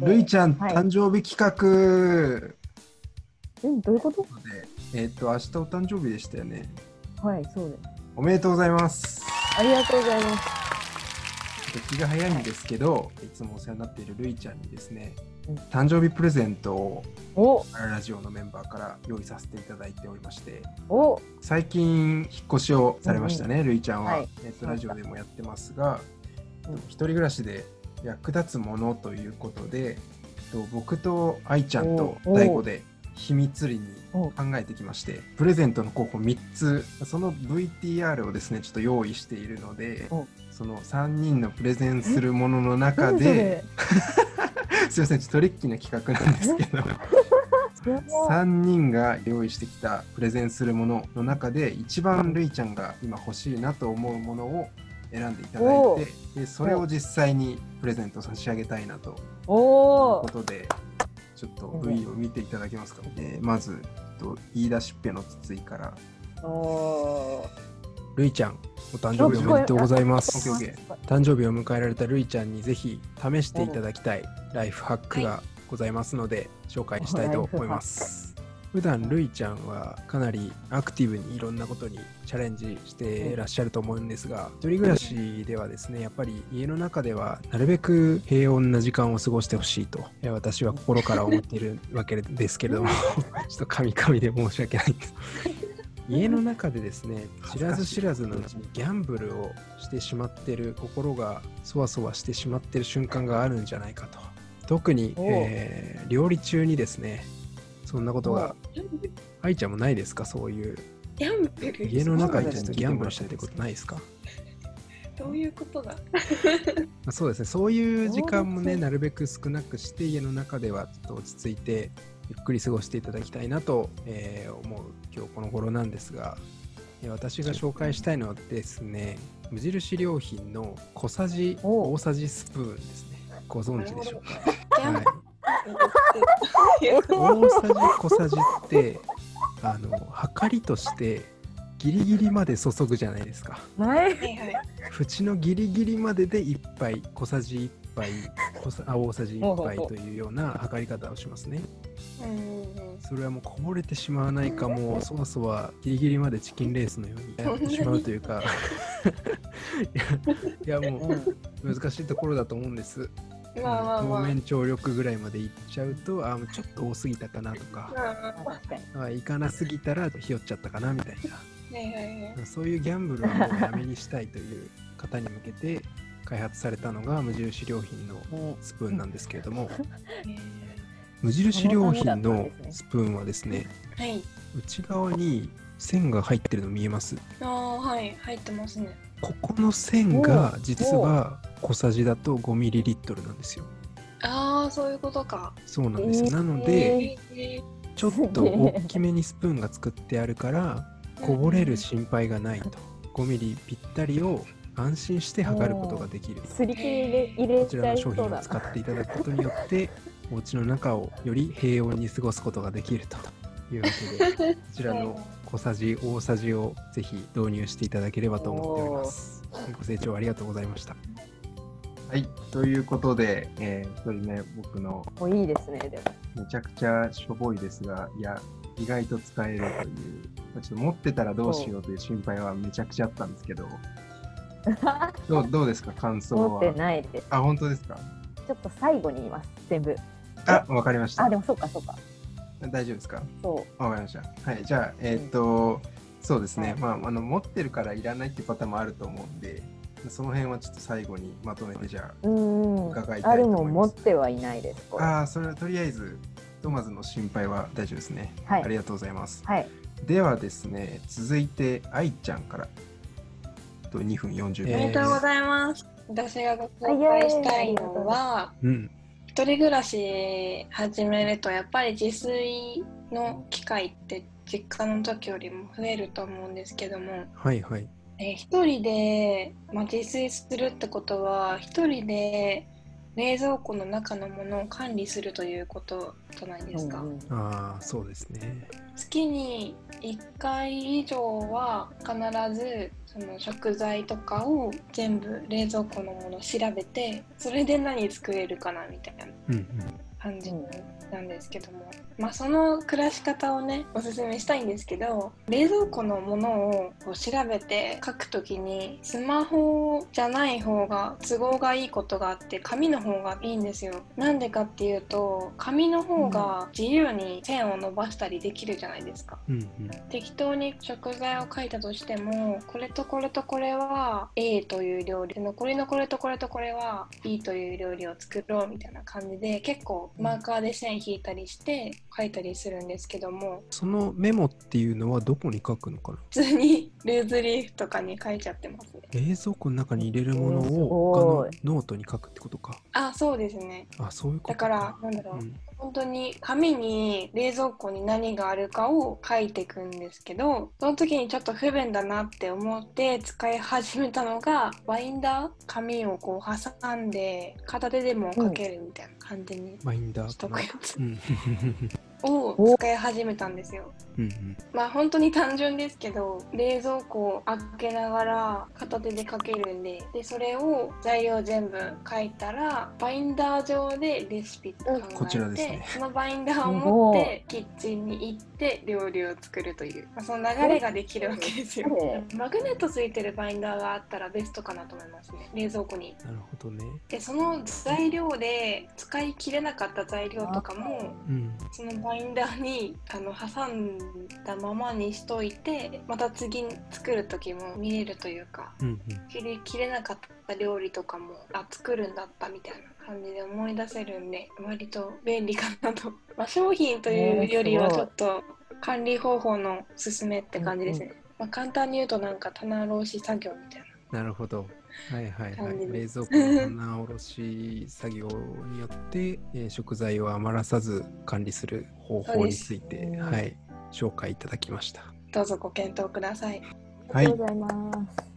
るいちゃん、 はい、 誕生日企画どういうこと？ で、明日お誕生日でしたよね。 はい、そうです。 おめでとうございます。 ありがとうございます。 気が早いんですけど、いつもお世話になっているるいちゃんにですね、 うん誕生日プレゼントをおラジオのメンバーから用意させていただいておりまして、 お最近引っ越しをされましたね、るいちゃんは、 はい、 ラジオでもやってますが、 うん一人暮らしで役立つものということで、僕と愛ちゃんと大悟で秘密裏に考えてきまして、プレゼントの候補3つ、その VTR をですねちょっと用意しているので、その3人のプレゼンするものの中ですいません、ちょっとトリッキーな企画なんですけど3人が用意してきたプレゼンするものの中で一番るいちゃんが今欲しいなと思うものを選んでいただいて、でそれを実際にプレゼント差し上げたいなということで、ちょっと V を見ていただけますか。まず言い出しっぺの筒井から。るいちゃん、お誕生日おめでとうございます。誕生日を迎えられたるいちゃんにぜひ試していただきたいライフハックがございますので紹介したいと思います。普段るいちゃんはかなりアクティブにいろんなことにチャレンジしていらっしゃると思うんですが、一人暮らしではですね、やっぱり家の中ではなるべく平穏な時間を過ごしてほしいと私は心から思っているわけですけれどもちょっとカミカミで申し訳ないんです家の中でですね、知らず知らずのうちにギャンブルをしてしまっている、心がそわそわしてしまっている瞬間があるんじゃないかと。特に、料理中にですね、そんなことが愛ちゃんもないですか？そういうギャンブル家の中でちょっとギャンブルしたってことないですか？ どういうことだそうですね、そういう時間もねなるべく少なくして家の中ではちょっと落ち着いてゆっくり過ごしていただきたいなと、思う今日この頃なんですが、私が紹介したいのはですね、無印良品の小さじ大さじスプーンですね。ご存知でしょうか？はい、大さじ小さじって量りとしてギリギリまで注ぐじゃないですか。縁のギリギリまでで1杯、小さじ1杯、大さじ1杯というような測り方をしますね。それはもうこぼれてしまわないか、もうそわそわギリギリまでチキンレースのようにやってしまうというかいやもう難しいところだと思うんです。表面張力ぐらいまでいっちゃうと、もうちょっと多すぎたかなとか、いかなすぎたらひよっちゃったかなみたいな、そういうギャンブルはもうやめにしたいという方に向けて開発されたのが無印良品のスプーンなんですけれども、無印良品のスプーンはですね、内側に線が入ってるの見えます？ はい、入ってますね。 ここの線が実は小さじだと 5ml なんですよ。 そういうことか。 そうなんですよ。なので、ちょっと大きめにスプーンが作ってあるからこぼれる心配がないと。5ミリぴったりを安心して測ることができる。 すり切り入れこちらの商品を使っていただくことによってお家の中をより平穏に過ごすことができるというわけで、こちらの小さじ大さじをぜひ導入していただければと思っております。ご清聴ありがとうございました。はい、ということで、一人ね、僕のいいですね。でもめちゃくちゃしょぼいですが、いや意外と使えるという、ちょっと持ってたらどうしようという心配はめちゃくちゃあったんですけどどうですか、感想は？ 持ってないです。 本当ですか？ ちょっと最後に言います、全部。 わかりました。 でもそうか。 大丈夫ですか？ そうわかりました。はい、じゃあ、そうですね、持ってるからいらないってパターンもあると思うんで、その辺はちょっと最後にまとめて伺いたいと思います。 あるの持ってはいないです。 それはとりあえずひとまずの心配は大丈夫ですね。ありがとうございます。ではですね、続いて愛ちゃんから2分40秒。 ありがとうございます。私がご紹介したいのは、一人暮らし始めるとやっぱり自炊の機会って実家の時よりも増えると思うんですけども、一人で、自炊するってことは一人で冷蔵庫の中のものを管理するということじゃないですか。 ああ、そうですね。 月に1回以上は必ずその食材とかを全部冷蔵庫のものを調べて、それで何作れるかなみたいな感じなんですけども、その暮らし方をねおすすめしたいんですけど、冷蔵庫のものを調べて書くときにスマホじゃない方が都合がいいことがあって、紙の方がいいんですよ。なんでかっていうと、紙の方が自由に線を伸ばしたりできるじゃないですか。適当に食材を書いたとしても、これとこれとこれは A という料理、残りのこれとこれとこれは B という料理を作ろうみたいな感じで、結構マーカーで線引いたりして書いたりするんですけども、 そのメモっていうのはどこに書くのかな？ 普通にルーズリーフとかに書いちゃってますね。 冷蔵庫の中に入れるものを他のノートに書くってことか。 あ、そうですね。 あ、そういうことか。だからなんだろう、本当に紙に冷蔵庫に何があるかを書いていくんですけど、その時にちょっと不便だなって思って使い始めたのがバインダー、紙をこう挟んで片手でも書けるみたいな感じにバインダーしとくやつを使い始めたんですよ。本当に単純ですけど、冷蔵庫を開けながら片手で書けるんで、それを材料全部書いたらバインダー上でレシピ考えて、 こちらですね、 そのバインダーを持ってキッチンに行って料理を作るという、その流れができるわけですよ。マグネットついてるバインダーがあったらベストかなと思いますね、冷蔵庫に。 なるほどね。 でその材料で使い切れなかった材料とかも、そのバインダーに挟んだままにしといて、また次作る時も見れるというか、切れなかった料理とかも作るんだったみたいな感じで思い出せるんで、割と便利かなと商品というよりはちょっと管理方法の勧めって感じですね。簡単に言うとなんか棚卸し作業みたいな。 なるほど。はいはいはい。冷蔵庫の棚卸し作業によって、食材を余らさず管理する方法について、はい、紹介いただきました。 どうぞご検討ください。 ありがとうございます。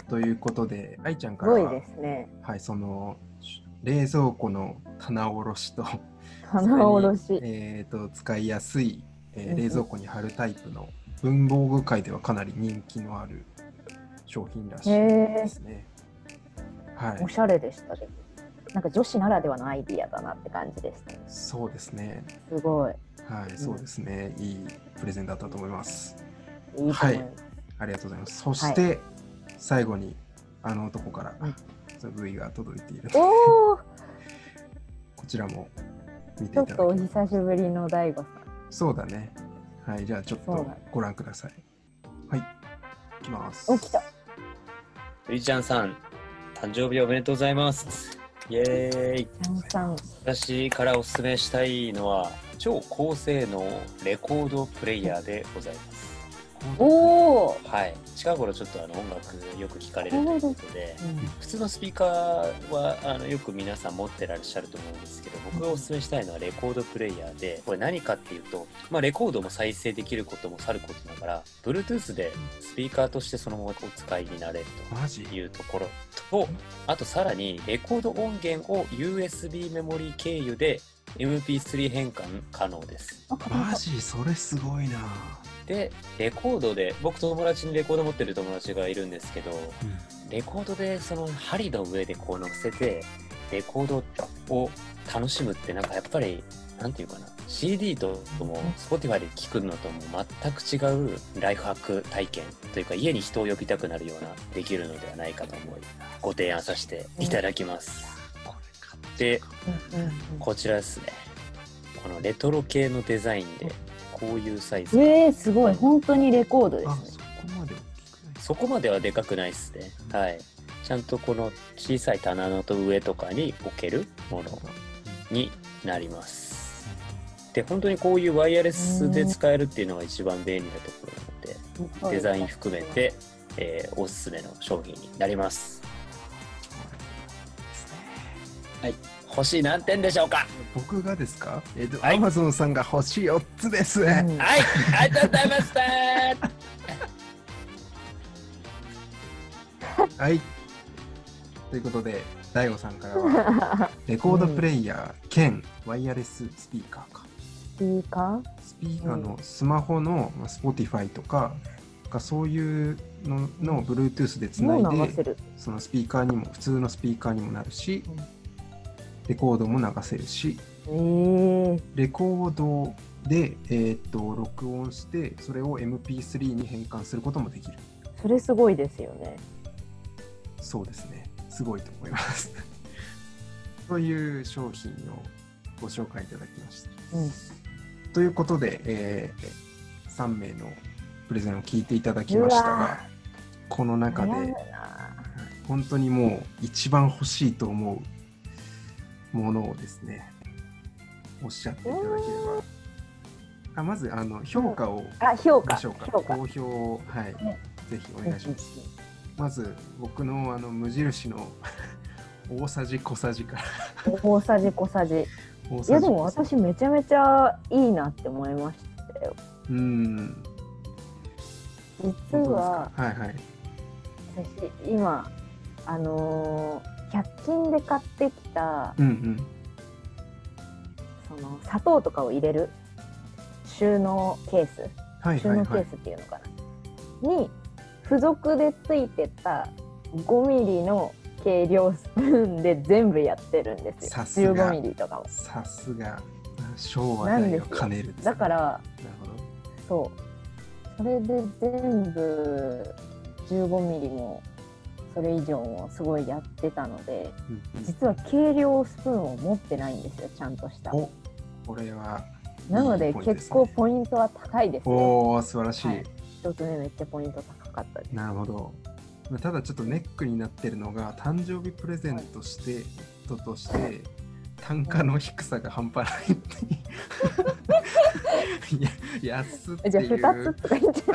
ということで、愛ちゃんからは、 すごいですね。 はい、その冷蔵庫の棚卸しと棚卸し、 使いやすい、冷蔵庫に貼るタイプの文房具界ではかなり人気のある商品らしいですね。はい、 おしゃれでしたね。なんか女子ならではのアイディアだなって感じでした。 そうですね。 すごい。 はい、そうですね。いいプレゼンだったと思います。 いいと思います。 はい、ありがとうございます。そして、最後にあの男から、V が届いているので、こちらも見ていただきます。 ちょっとお久しぶりの大悟さん。 そうだね。はい、じゃあちょっとご覧ください。はい、いきます。 来た。 ゆりちゃんさん、誕生日おめでとうございます。イエーイ。私からおすすめしたいのは超高性能レコードプレイヤーでございます。 おー、 はい、近頃ちょっと音楽よく聴かれるということで、普通のスピーカーはよく皆さん持ってらっしゃると思うんですけど、僕がおすすめしたいのはレコードプレイヤーで、これ何かっていうと、レコードも再生できることもさることながら Bluetooth でスピーカーとしてそのままお使いになれるというところと、あとさらにレコード音源を USB メモリー経由で MP3 変換可能です。 マジそれすごいな。 でレコードで、僕友達にレコード持ってる友達がいるんですけど、レコードでその針の上でこう乗せてレコードを楽しむってなんかやっぱりなんていうかな、 CD とも Spotify で聴くのとも全く違うライフハック体験というか、家に人を呼びたくなるようなできるのではないかと思いご提案させていただきます。でこちらですね、このレトロ系のデザインでこういうサイズ。 すごい、本当にレコードですね。 そこまではでかくないですね。はい。ちゃんとこの小さい棚の上とかに置けるものになります。で、本当にこういうワイヤレスで使えるっていうのが一番便利なところなので、デザイン含めて、おすすめの商品になります。はい。星何点でしょうか？ 僕がですか？Amazon さんが星4つです。 はい、ありがとうございました。 はい。ということで、 大悟さんからはレコードプレイヤー兼ワイヤレススピーカーか。 スピーカー？ スピーカーのスマホの、Spotify とかそういうのを Bluetooth でつないで、そのスピーカーにも普通のスピーカーにもなるし、レコードも流せるし、レコードで、録音してそれを MP3 に変換することもできる。 それすごいですよね。 そうですね、すごいと思いますという商品をご紹介いただきました、ということで、3名のプレゼンを聞いていただきましたが、この中で本当にもう一番欲しいと思うものをですね、おっしゃっていただければ。まず評価を評価ましょうか。好評を、ぜひお願いします。まず僕の無印の大さじ小さじから大さじ小さじ。いやでも私めちゃめちゃいいなって思いましたよ。実は、私今100均で買ってきた、その砂糖とかを入れる収納ケース、収納ケースっていうのかな、に付属でついてた5ミリの計量スプーンで全部やってるんですよ。15ミリとかも。 さすが昭和代を兼ねるですね。 だからそれで全部15ミリもそれ以上もすごいやってたので、実は計量スプーンを持ってないんですよ、ちゃんとした。 これはなので結構ポイントは高いですよ。 おお、素晴らしい。 一つ目めっちゃポイント高かったです。 なるほど。ただちょっとネックになってるのが、誕生日プレゼントとして単価の低さが半端ないって安っていう。 じゃあ2つとか言って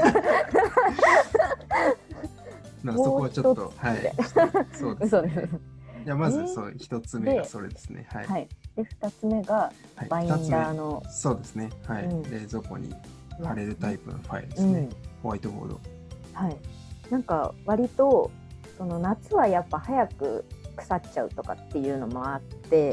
そこはちょっとそうですね。いやまず1つ目がそれですね。 で2つ目がバインダーの、 そうですね。冷蔵庫に貼れるタイプのファイルですね。ホワイトボード。 なんか割とその夏はやっぱ早く腐っちゃうとかっていうのもあって、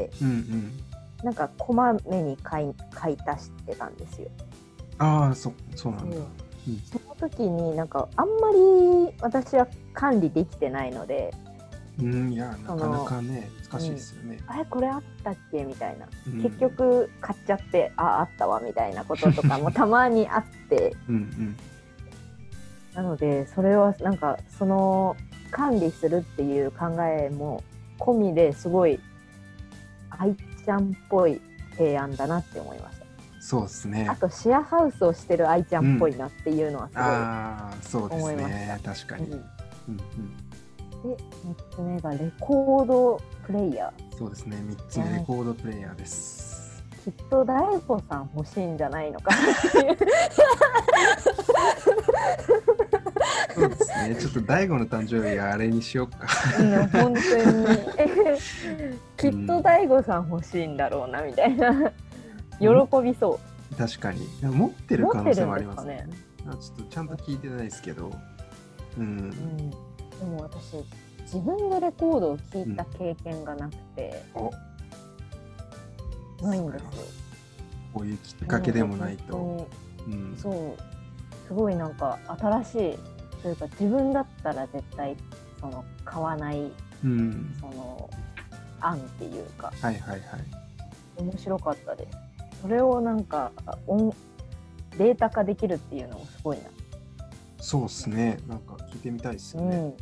なんかこまめに買い足してたんですよ。 そうなんだ。 その時になんかあんまり私は管理できてないので、 いやなかなかね難しいですよね。 これあったっけみたいな、結局買っちゃってあったわみたいなこととかもたまにあってなのでそれはなんかその管理するっていう考えも込みですごい愛ちゃんっぽい提案だなって思いました。 そうですね。 あとシェアハウスをしてる愛ちゃんっぽいなっていうのはすごい思いました。 確かに。で 3つ目がレコードプレイヤー。 そうですね、3つ目レコードプレイヤーです。 きっと大悟さん欲しいんじゃないのかっていうそうですね、ちょっと大悟の誕生日あれにしようか本当にきっと大悟さん欲しいんだろうなみたいな喜びそう。 確かに持ってる可能性もありますね。ちょっとちゃんと聞いてないですけど、 でも私自分でレコードを聴いた経験がなくて、ないんですよ。 こういうきっかけでもないと、 そうすごいなんか新しいというか、自分だったら絶対その買わない、その案っていうか、面白かったです。それをなんかデータ化できるっていうのもすごいな。 そうですね、なんか聞いてみたいですよね。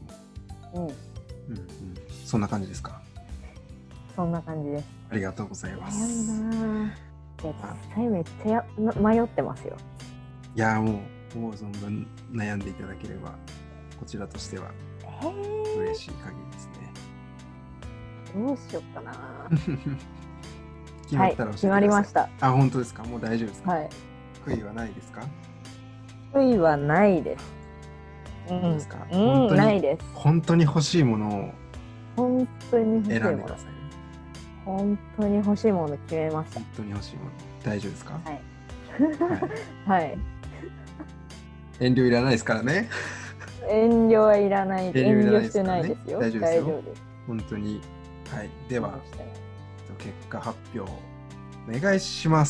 そんな感じですか。 そんな感じです。 ありがとうございます。 実際めっちゃ迷ってますよ。 いやもう存分悩んでいただければこちらとしては嬉しい限りですね。 どうしようかな。 決まったら教えてください。 決まりました。 本当ですか。もう大丈夫ですか。悔いはないですか。 悔いはないです。 ですか。 ないです。 本当に欲しいものを本当に欲しいもの選んでください。 本当に欲しいもの決めました。 本当に欲しいもの大丈夫ですか。 はい。 遠慮いらないですからね。 遠慮はいらない。遠慮してないですよ。 大丈夫ですよ。 本当に。はい、では、結果発表お願いします。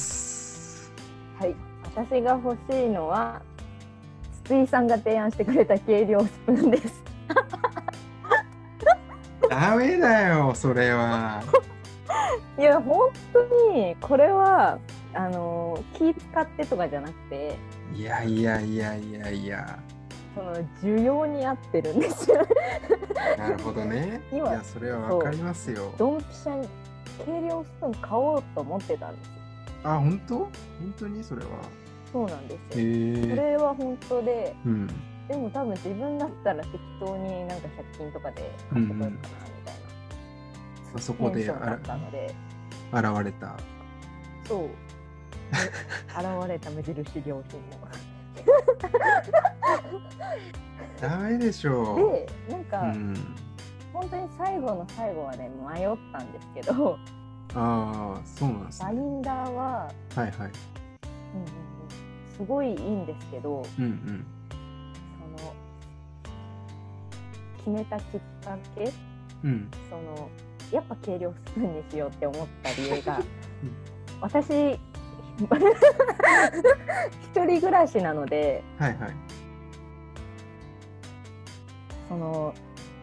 はい、私が欲しいのは筒井さんが提案してくれた計量スプーンです。 ダメだよそれは。 いや本当にこれは気使ってとかじゃなくて、 いやいやいやいやいや、 その需要に合ってるんですよ。 なるほどね。いやそれはわかりますよ。 ドンピシャに計量スプーン買おうと思ってたんですよ。 あ、本当？本当にそれは。そうなんですよ。それは本当で、でも多分自分だったら適当になんか100均とかで買ってこようかなみたいな。 そこで現れた。 そう。現れた無印良品の。 ダメでしょう。 で、なんか、本当に最後の最後まで迷ったんですけど。 ああ、そうなんですね。 バインダーは、すごいいいんですけど、その決めたきっかけ、そのやっぱ計量スプーンにしようって思った理由が、私一人暮らしなので、その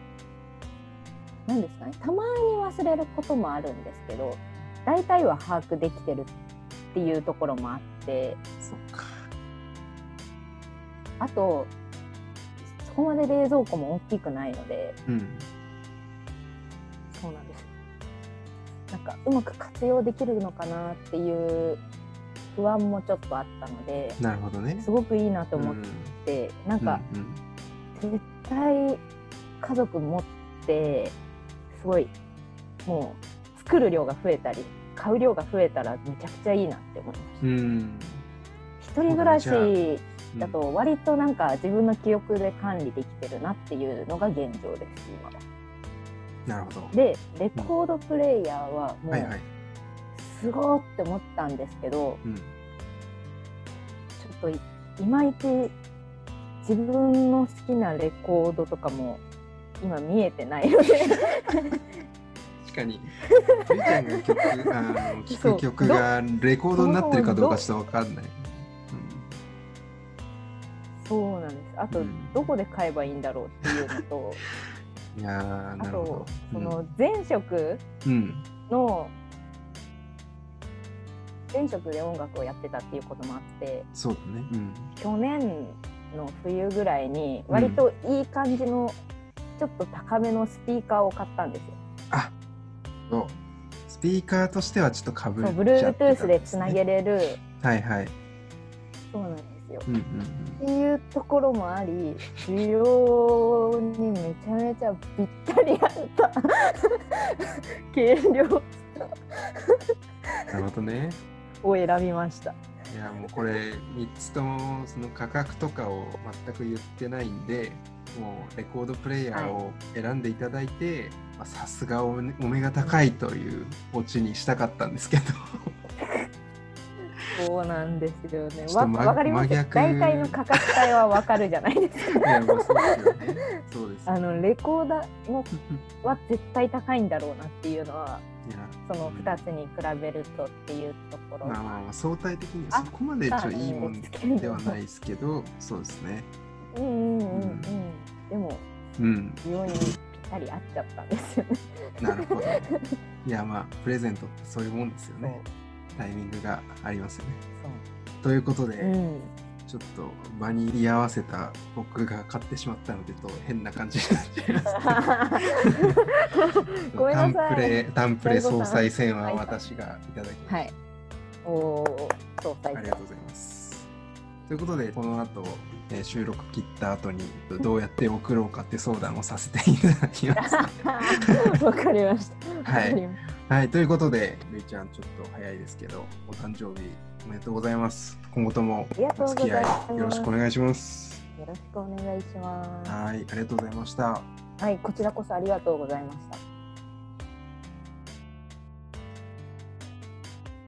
何ですかね、たまに忘れることもあるんですけど、大体は把握できてるっていうところもあって、 そっか。 あとそこまで冷蔵庫も大きくないので、そうなんです。なんかうまく活用できるのかなっていう不安もちょっとあったので、 なるほどね。 すごくいいなと思って、なんか、絶対家族持ってすごいもう作る量が増えたり買う量が増えたらめちゃくちゃいいなって思いました。一人暮らしだと割となんか自分の記憶で管理できてるなっていうのが現状です、今は。 なるほど。 でレコードプレイヤーはもうすごーって思ったんですけど、ちょっといまいち自分の好きなレコードとかも今見えてないので確かにゆいちゃんが聴く曲がレコードになってるかどうかちょっと分かんない。 そうなんです。あと、どこで買えばいいんだろうっていうのといやあとその前職の、前職で音楽をやってたっていうこともあって、 そうだね、 去年の冬ぐらいに割といい感じのちょっと高めのスピーカーを買ったんですよ。 あ、そう。スピーカーとしてはちょっとかぶっちゃってたんですね。Bluetooth でつなげれる。 はいはい。 そうなんですよ。っていうところもあり、需要にめちゃめちゃぴったりあった計量なるほどね。 を選びました。 いやもうこれ3つともその価格とかを全く言ってないんで、もうレコードプレイヤーを選んでいただいて、さすがお目が高いというオチにしたかったんですけどそうなんですよね。わかります。大体の価格帯はわかるじゃないですか。 いや、そうですよね。そうです、ね。 レコーダーのは絶対高いんだろうなっていうのは、その2つに比べるとっていうところ。 まあ相対的にそこまでいいもんではないですけど、そうですね。 でも、非常にぴったり合っちゃったんですよね。 なるほど。いやプレゼントってそういうもんですよね。タイミングがありますよね。ということで、ちょっと場に居合わせた僕が買ってしまったのでと変な感じになっちゃいますごめんなさい。 タンプレ総裁選は私がいただきました。 はい。総裁選。 ありがとうございます。ということでこの後、収録切った後にどうやって送ろうかって相談をさせていただきます。 わかりました。 はい、ということでるいちゃんちょっと早いですけどお誕生日おめでとうございます。今後ともお付き合いよろしくお願いします。 よろしくお願いします。 はい、ありがとうございました。 はい、こちらこそありがとうございました。